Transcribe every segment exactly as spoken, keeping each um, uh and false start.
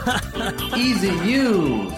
Easy News.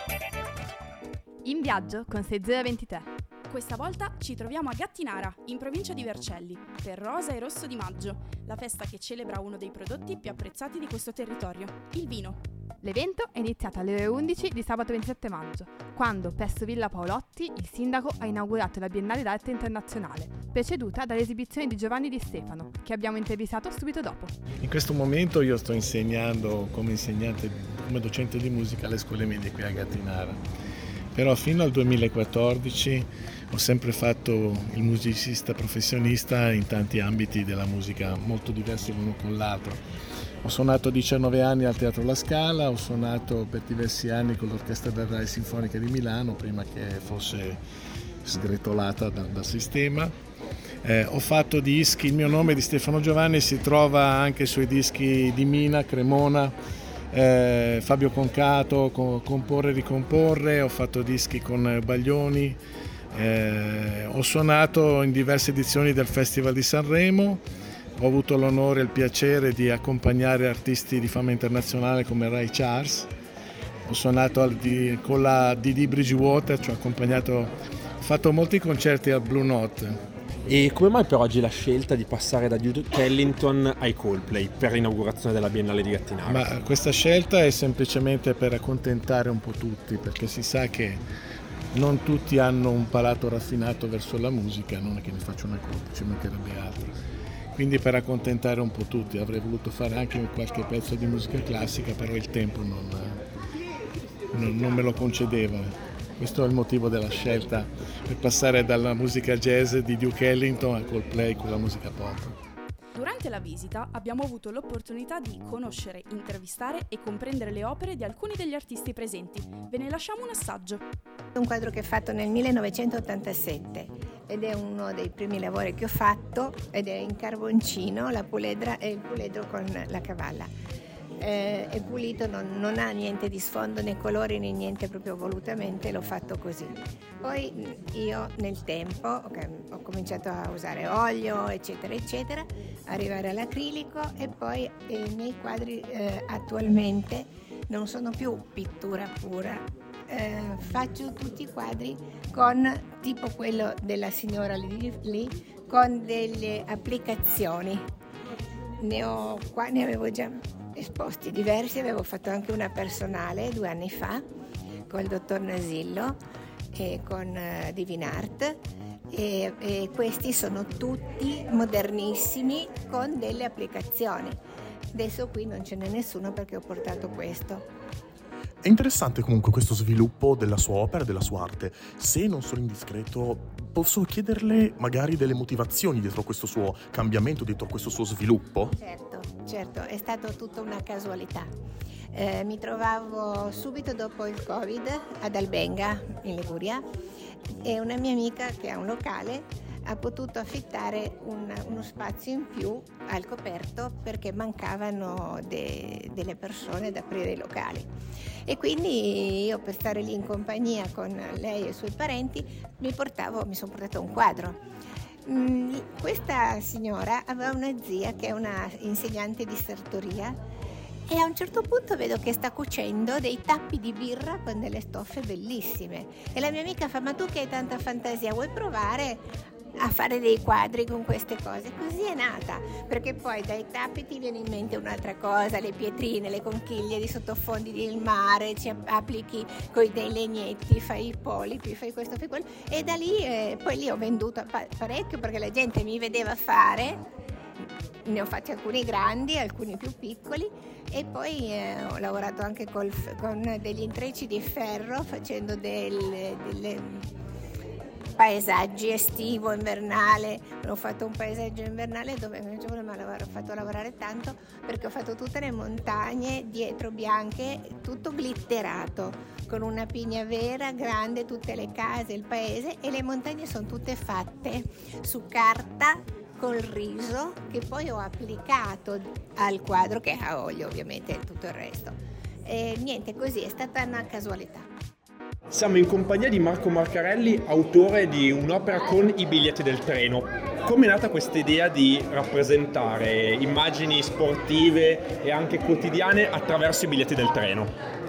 In viaggio con sei zero due tre. Questa volta ci troviamo a Gattinara, in provincia di Vercelli, per Rosa e Rosso di Maggio, la festa che celebra uno dei prodotti più apprezzati di questo territorio, il vino. L'evento è iniziato alle ore undici di sabato ventisette maggio, quando presso Villa Paolotti il sindaco ha inaugurato la Biennale d'Arte Internazionale, preceduta dall'esibizione di Giovanni Di Stefano, che abbiamo intervistato subito dopo. In questo momento io sto insegnando come insegnante, come docente di musica alle scuole medie qui a Gattinara, però fino al duemilaquattordici ho sempre fatto il musicista professionista in tanti ambiti della musica, molto diversi l'uno con l'altro. Ho suonato diciannove anni al Teatro La Scala, ho suonato per diversi anni con l'Orchestra della Rai Sinfonica di Milano, prima che fosse sgretolata dal, dal sistema. Eh, ho fatto dischi, il mio nome di Stefano Giovanni si trova anche sui dischi di Mina, Cremona, eh, Fabio Concato, co- Comporre e Ricomporre, ho fatto dischi con Baglioni, eh, ho suonato in diverse edizioni del Festival di Sanremo. Ho avuto l'onore e il piacere di accompagnare artisti di fama internazionale come Ray Charles. Ho suonato al, di, con la Didi Bridgewater, cioè ho accompagnato, ho fatto molti concerti al Blue Note. E come mai per oggi la scelta di passare da Duke Ellington ai Coldplay per l'inaugurazione della Biennale di Gattinara? Ma questa scelta è semplicemente per accontentare un po' tutti, perché si sa che non tutti hanno un palato raffinato verso la musica, non è che ne faccio una colpa, ci mancherebbe altro. Quindi per accontentare un po' tutti, avrei voluto fare anche qualche pezzo di musica classica, però il tempo non, non, non me lo concedeva. Questo è il motivo della scelta, per passare dalla musica jazz di Duke Ellington a Coldplay con la musica pop. Durante la visita abbiamo avuto l'opportunità di conoscere, intervistare e comprendere le opere di alcuni degli artisti presenti. Ve ne lasciamo un assaggio. Un quadro che è fatto nel millenovecentottantasette ed è uno dei primi lavori che ho fatto ed è in carboncino, la puledra e il puledro con la cavalla. Eh, è pulito, non, non ha niente di sfondo né colori né niente, proprio volutamente l'ho fatto così. Poi io nel tempo okay, ho cominciato a usare olio eccetera eccetera, arrivare all'acrilico e poi eh, i miei quadri eh, attualmente non sono più pittura pura. Eh, faccio tutti i quadri con tipo quello della signora lì, lì con delle applicazioni. Ne ho qua, ne avevo già esposti diversi, avevo fatto anche una personale due anni fa con il dottor Nasillo e con uh, Divinart e, e questi sono tutti modernissimi con delle applicazioni. Adesso qui non ce n'è nessuno perché ho portato questo. È interessante comunque questo sviluppo della sua opera, della sua arte. Se non sono indiscreto, posso chiederle magari delle motivazioni dietro questo suo cambiamento, dietro questo suo sviluppo? Certo, certo, è stata tutta una casualità. Eh, mi trovavo subito dopo il Covid ad Albenga, in Liguria, e una mia amica che ha un locale ha potuto affittare un, uno spazio in più al coperto perché mancavano de, delle persone da aprire i locali. E quindi io, per stare lì in compagnia con lei e i suoi parenti, mi portavo, mi sono portato un quadro. Mm, questa signora aveva una zia che è una insegnante di sartoria e a un certo punto vedo che sta cucendo dei tappi di birra con delle stoffe bellissime e la mia amica fa: ma tu che hai tanta fantasia, vuoi provare a fare dei quadri con queste cose? Così è nata, perché poi dai tappi ti viene in mente un'altra cosa, le pietrine, le conchiglie di sottofondi del mare, ci applichi con dei legnetti, fai i polipi, fai questo, fai quello, e da lì eh, poi lì ho venduto parecchio perché la gente mi vedeva fare. Ne ho fatti alcuni grandi, alcuni più piccoli e poi eh, ho lavorato anche col, con degli intrecci di ferro facendo delle, delle paesaggi estivo, invernale. Ho fatto un paesaggio invernale dove mi ha fatto lavorare tanto perché ho fatto tutte le montagne dietro bianche, tutto glitterato, con una pigna vera grande, tutte le case, il paese, e le montagne sono tutte fatte su carta col riso che poi ho applicato al quadro che ha olio ovviamente e tutto il resto. E niente, così è stata una casualità. Siamo in compagnia di Marco Marcarelli, autore di un'opera con i biglietti del treno. Come è nata questa idea di rappresentare immagini sportive e anche quotidiane attraverso i biglietti del treno?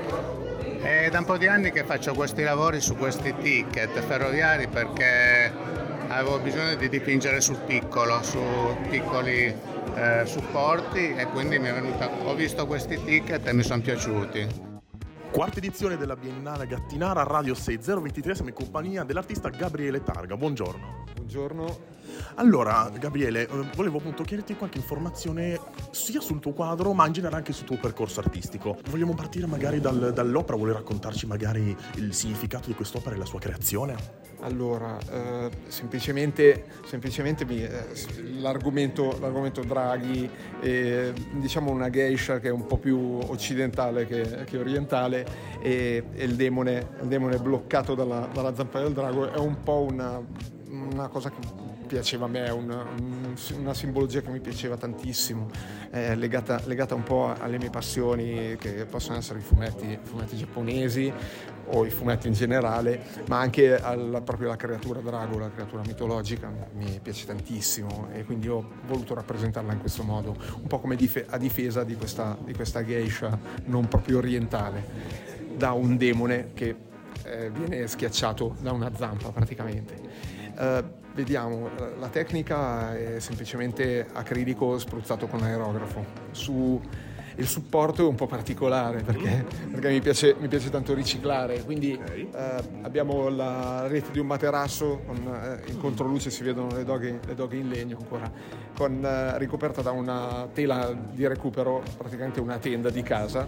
È da un po' di anni che faccio questi lavori su questi ticket ferroviari perché avevo bisogno di dipingere sul piccolo, su piccoli eh, supporti, e quindi mi è venuta, ho visto questi ticket e mi sono piaciuti. Quarta edizione della Biennale Gattinara a Radio sei zero ventitré, siamo in compagnia dell'artista Gabriele Targa. Buongiorno. Buongiorno. Allora, Gabriele, eh, volevo appunto chiederti qualche informazione sia sul tuo quadro, ma in generale anche sul tuo percorso artistico. Vogliamo partire magari dal, dall'opera, vuoi raccontarci magari il significato di quest'opera e la sua creazione? Allora, eh, semplicemente, semplicemente mi, eh, l'argomento, l'argomento Draghi, eh, diciamo una geisha che è un po' più occidentale che, che orientale, e, e il demone, il demone bloccato dalla, dalla zampa del drago è un po' una, una cosa che piaceva a me, una, una simbologia che mi piaceva tantissimo, eh, legata, legata un po' alle mie passioni, che possono essere i fumetti, i fumetti giapponesi o i fumetti in generale, ma anche alla, proprio la creatura drago, la creatura mitologica, mi piace tantissimo, e quindi ho voluto rappresentarla in questo modo, un po' come dif- a difesa di questa, di questa geisha non proprio orientale, da un demone che eh, viene schiacciato da una zampa praticamente. Uh, vediamo, la tecnica è semplicemente acrilico spruzzato con aerografo. Su, il supporto è un po' particolare perché, perché mi, piace, mi piace tanto riciclare, quindi uh, abbiamo la rete di un materasso, con, uh, in controluce si vedono le doghe, le doghe in legno ancora, con, uh, ricoperta da una tela di recupero, praticamente una tenda di casa,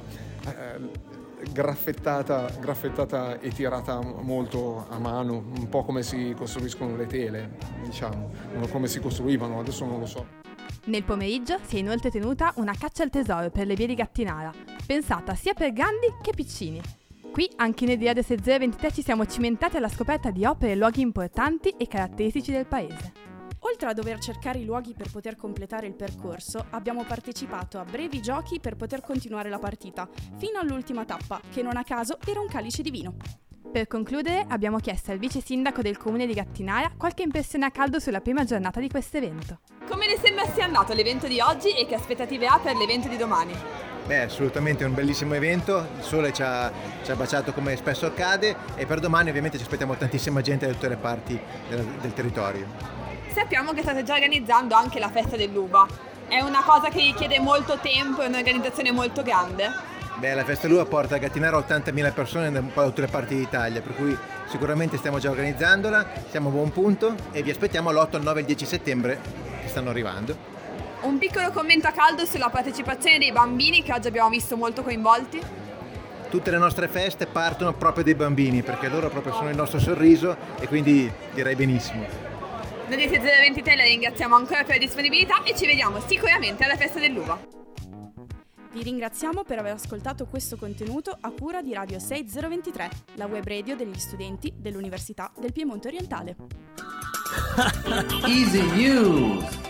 uh, graffettata, graffettata e tirata molto a mano, un po' come si costruiscono le tele, diciamo, come si costruivano, adesso non lo so. Nel pomeriggio si è inoltre tenuta una caccia al tesoro per le vie di Gattinara, pensata sia per grandi che piccini. Qui, anche in Radio sei zero ventitré, ci siamo cimentati alla scoperta di opere e luoghi importanti e caratteristici del paese. Oltre a dover cercare i luoghi per poter completare il percorso, abbiamo partecipato a brevi giochi per poter continuare la partita, fino all'ultima tappa, che non a caso era un calice di vino. Per concludere, abbiamo chiesto al vice sindaco del comune di Gattinara qualche impressione a caldo sulla prima giornata di questo evento. Come le sembra sia andato l'evento di oggi e che aspettative ha per l'evento di domani? Beh, assolutamente un bellissimo evento, il sole ci ha, ci ha baciato come spesso accade, e per domani ovviamente ci aspettiamo tantissima gente da tutte le parti del, del territorio. Sappiamo che state già organizzando anche la festa dell'uva. È una cosa che richiede molto tempo e un'organizzazione molto grande? Beh, la festa dell'uva porta a Gattinara ottantamila persone da un po' da tutte le parti d'Italia, per cui sicuramente stiamo già organizzandola, siamo a buon punto e vi aspettiamo l'otto, il nove e il dieci settembre che stanno arrivando. Un piccolo commento a caldo sulla partecipazione dei bambini che oggi abbiamo visto molto coinvolti. Tutte le nostre feste partono proprio dai bambini, perché loro proprio sono il nostro sorriso, e quindi direi benissimo. Noi di sei zero ventitré la ringraziamo ancora per la disponibilità e ci vediamo sicuramente alla festa dell'uva. Vi ringraziamo per aver ascoltato questo contenuto a cura di Radio sei zero ventitré, la web radio degli studenti dell'Università del Piemonte Orientale. Easy News.